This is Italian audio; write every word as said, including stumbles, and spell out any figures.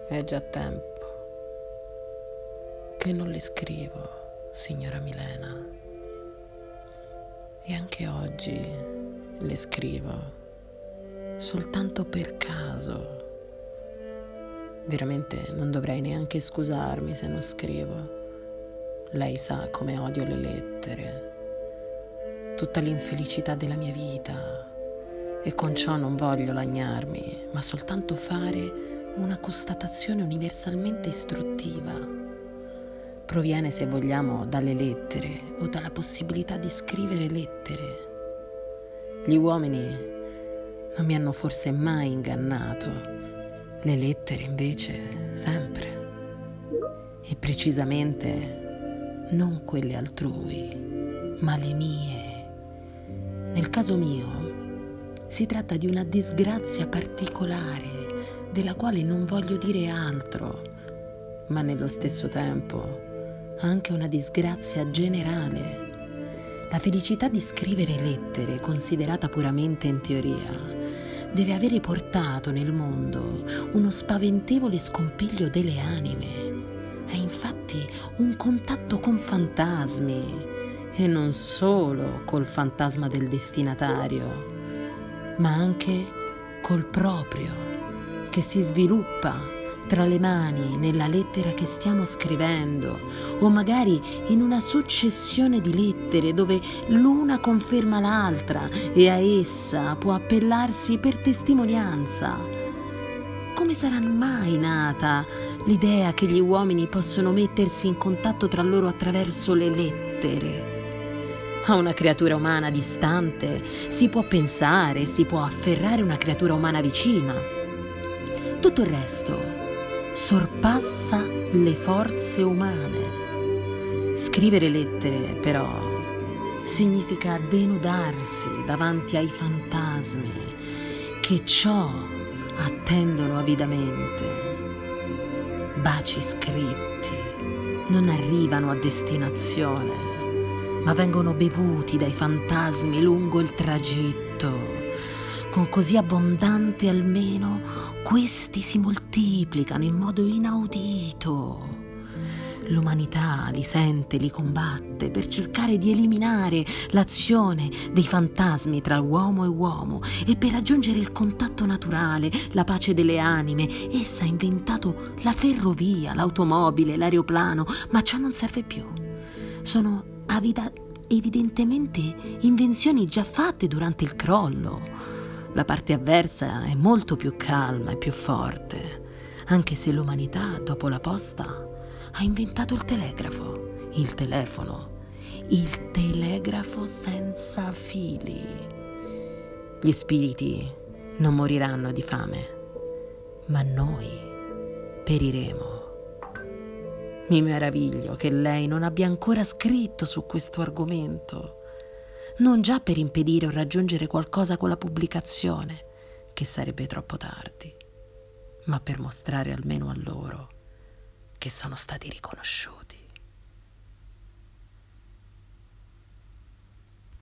È già tempo che non le scrivo, signora Milena. E anche oggi le scrivo soltanto per caso. Veramente non dovrei neanche scusarmi se non scrivo. Lei sa come odio le lettere, tutta l'infelicità della mia vita, e con ciò non voglio lagnarmi, ma soltanto fare una constatazione universalmente istruttiva. Proviene, se vogliamo, dalle lettere o dalla possibilità di scrivere lettere. Gli uomini non mi hanno forse mai ingannato, le lettere invece sempre, e precisamente non quelle altrui, ma le mie. Nel caso mio si tratta di una disgrazia particolare della quale non voglio dire altro, ma nello stesso tempo anche una disgrazia generale. La felicità di scrivere lettere, considerata puramente in teoria, deve avere portato nel mondo uno spaventevole scompiglio delle anime. È infatti un contatto con fantasmi, e non solo col fantasma del destinatario, ma anche col proprio, che si sviluppa tra le mani nella lettera che stiamo scrivendo, o magari in una successione di lettere dove l'una conferma l'altra e a essa può appellarsi per testimonianza. Come sarà mai nata l'idea che gli uomini possono mettersi in contatto tra loro attraverso le lettere? A una creatura umana distante si può pensare, si può afferrare una creatura umana vicina. Tutto il resto sorpassa le forze umane. Scrivere lettere, però, significa denudarsi davanti ai fantasmi che ciò attendono avidamente. Baci scritti non arrivano a destinazione, ma vengono bevuti dai fantasmi lungo il tragitto. Con così abbondante almeno questi si moltiplicano in modo inaudito. L'umanità li sente, li combatte per cercare di eliminare l'azione dei fantasmi tra uomo e uomo, e per raggiungere il contatto naturale, la pace delle anime. Essa ha inventato la ferrovia, l'automobile, l'aeroplano, ma ciò non serve più. Sono avida- evidentemente invenzioni già fatte durante il crollo. La parte avversa è molto più calma e più forte, anche se l'umanità, dopo la posta, ha inventato il telegrafo, il telefono, il telegrafo senza fili. Gli spiriti non moriranno di fame, ma noi periremo. Mi meraviglio che lei non abbia ancora scritto su questo argomento, non già per impedire o raggiungere qualcosa con la pubblicazione, che sarebbe troppo tardi, ma per mostrare almeno a loro che sono stati riconosciuti.